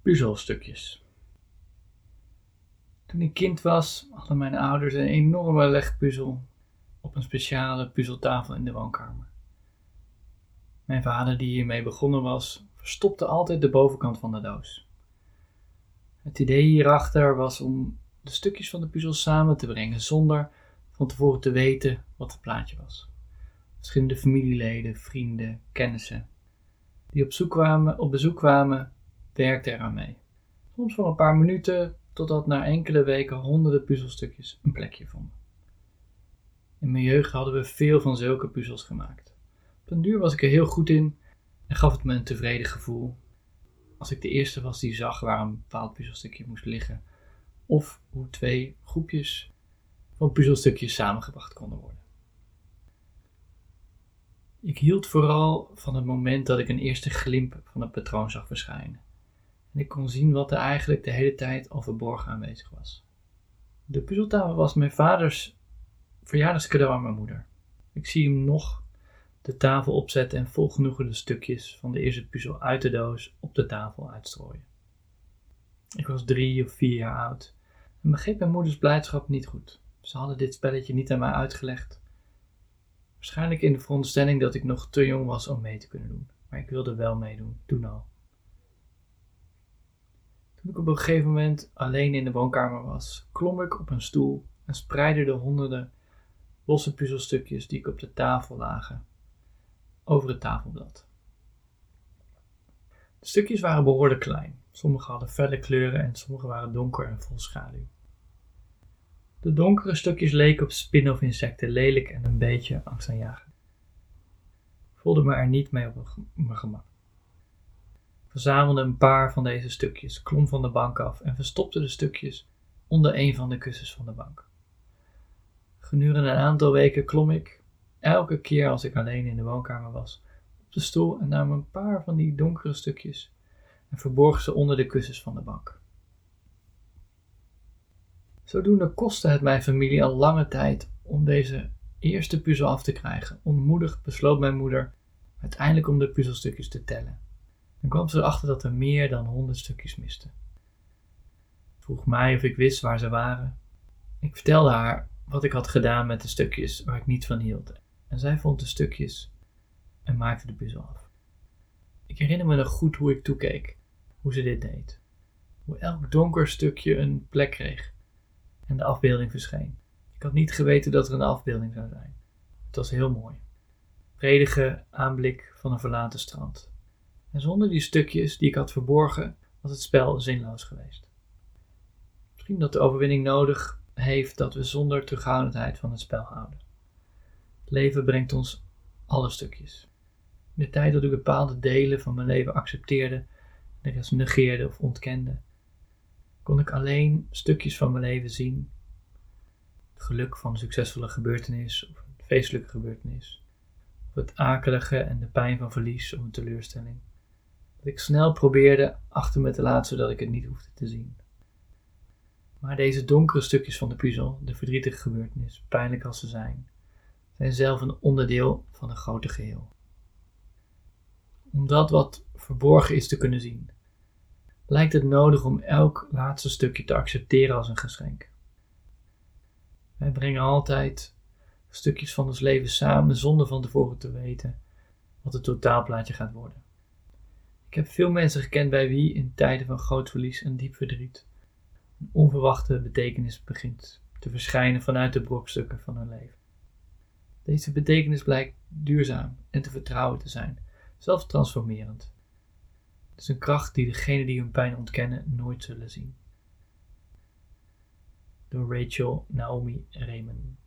Puzzelstukjes. Toen ik kind was, hadden mijn ouders een enorme legpuzzel op een speciale puzzeltafel in de woonkamer. Mijn vader, die hiermee begonnen was, verstopte altijd de bovenkant van de doos. Het idee hierachter was om de stukjes van de puzzel samen te brengen zonder van tevoren te weten wat het plaatje was. Verschillende familieleden, vrienden, kennissen die op bezoek kwamen, werkten eraan mee. Soms voor een paar minuten, totdat na enkele weken honderden puzzelstukjes een plekje vonden. In mijn jeugd hadden we veel van zulke puzzels gemaakt. Op den duur was ik er heel goed in en gaf het me een tevreden gevoel als ik de eerste was die zag waar een bepaald puzzelstukje moest liggen, of hoe twee groepjes van puzzelstukjes samengebracht konden worden. Ik hield vooral van het moment dat ik een eerste glimp van het patroon zag verschijnen. En ik kon zien wat er eigenlijk de hele tijd al verborgen aanwezig was. De puzzeltafel was mijn vaders verjaardagscadeau aan mijn moeder. Ik zie hem nog de tafel opzetten en vol genoegen de stukjes van de eerste puzzel uit de doos op de tafel uitstrooien. Ik was 3 of 4 jaar oud en begreep mijn moeders blijdschap niet goed. Ze hadden dit spelletje niet aan mij uitgelegd. Waarschijnlijk in de veronderstelling dat ik nog te jong was om mee te kunnen doen. Maar ik wilde wel meedoen, toen al. Toen ik op een gegeven moment alleen in de woonkamer was, klom ik op een stoel en spreidde de honderden losse puzzelstukjes die ik op de tafel lagen over het tafelblad. De stukjes waren behoorlijk klein. Sommige hadden felle kleuren en sommige waren donker en vol schaduw. De donkere stukjes leken op spinnen of insecten, lelijk en een beetje angstaanjagend. Ik voelde me er niet mee op mijn gemak. Ik verzamelde een paar van deze stukjes, klom van de bank af en verstopte de stukjes onder een van de kussens van de bank. Gedurende een aantal weken klom ik, elke keer als ik alleen in de woonkamer was, op de stoel en nam een paar van die donkere stukjes en verborg ze onder de kussens van de bank. Zodoende kostte het mijn familie al lange tijd om deze eerste puzzel af te krijgen. Ontmoedigd besloot mijn moeder uiteindelijk om de puzzelstukjes te tellen. Dan kwam ze erachter dat er meer dan 100 stukjes misten. Ze vroeg mij of ik wist waar ze waren. Ik vertelde haar wat ik had gedaan met de stukjes waar ik niet van hield. En zij vond de stukjes en maakte de puzzel af. Ik herinner me nog goed hoe ik toekeek, hoe ze dit deed. Hoe elk donker stukje een plek kreeg en de afbeelding verscheen. Ik had niet geweten dat er een afbeelding zou zijn. Het was heel mooi. Vredige aanblik van een verlaten strand. En zonder die stukjes die ik had verborgen, was het spel zinloos geweest. Misschien dat de overwinning nodig heeft dat we zonder terughoudendheid van het spel houden. Het leven brengt ons alle stukjes. In de tijd dat ik bepaalde delen van mijn leven accepteerde, en de rest negeerde of ontkende, kon ik alleen stukjes van mijn leven zien. Het geluk van een succesvolle gebeurtenis of een feestelijke gebeurtenis. Of het akelige en de pijn van verlies of een teleurstelling. Dat ik snel probeerde achter me te laten zodat ik het niet hoefde te zien. Maar deze donkere stukjes van de puzzel, de verdrietige gebeurtenis, pijnlijk als ze zijn zelf een onderdeel van een groter geheel. Om dat wat verborgen is te kunnen zien, lijkt het nodig om elk laatste stukje te accepteren als een geschenk. Wij brengen altijd stukjes van ons leven samen zonder van tevoren te weten wat het totaalplaatje gaat worden. Ik heb veel mensen gekend bij wie in tijden van groot verlies en diep verdriet een onverwachte betekenis begint te verschijnen vanuit de brokstukken van hun leven. Deze betekenis blijkt duurzaam en te vertrouwen te zijn, zelfs transformerend. Het is een kracht die degenen die hun pijn ontkennen nooit zullen zien. Door Rachel Naomi Remen.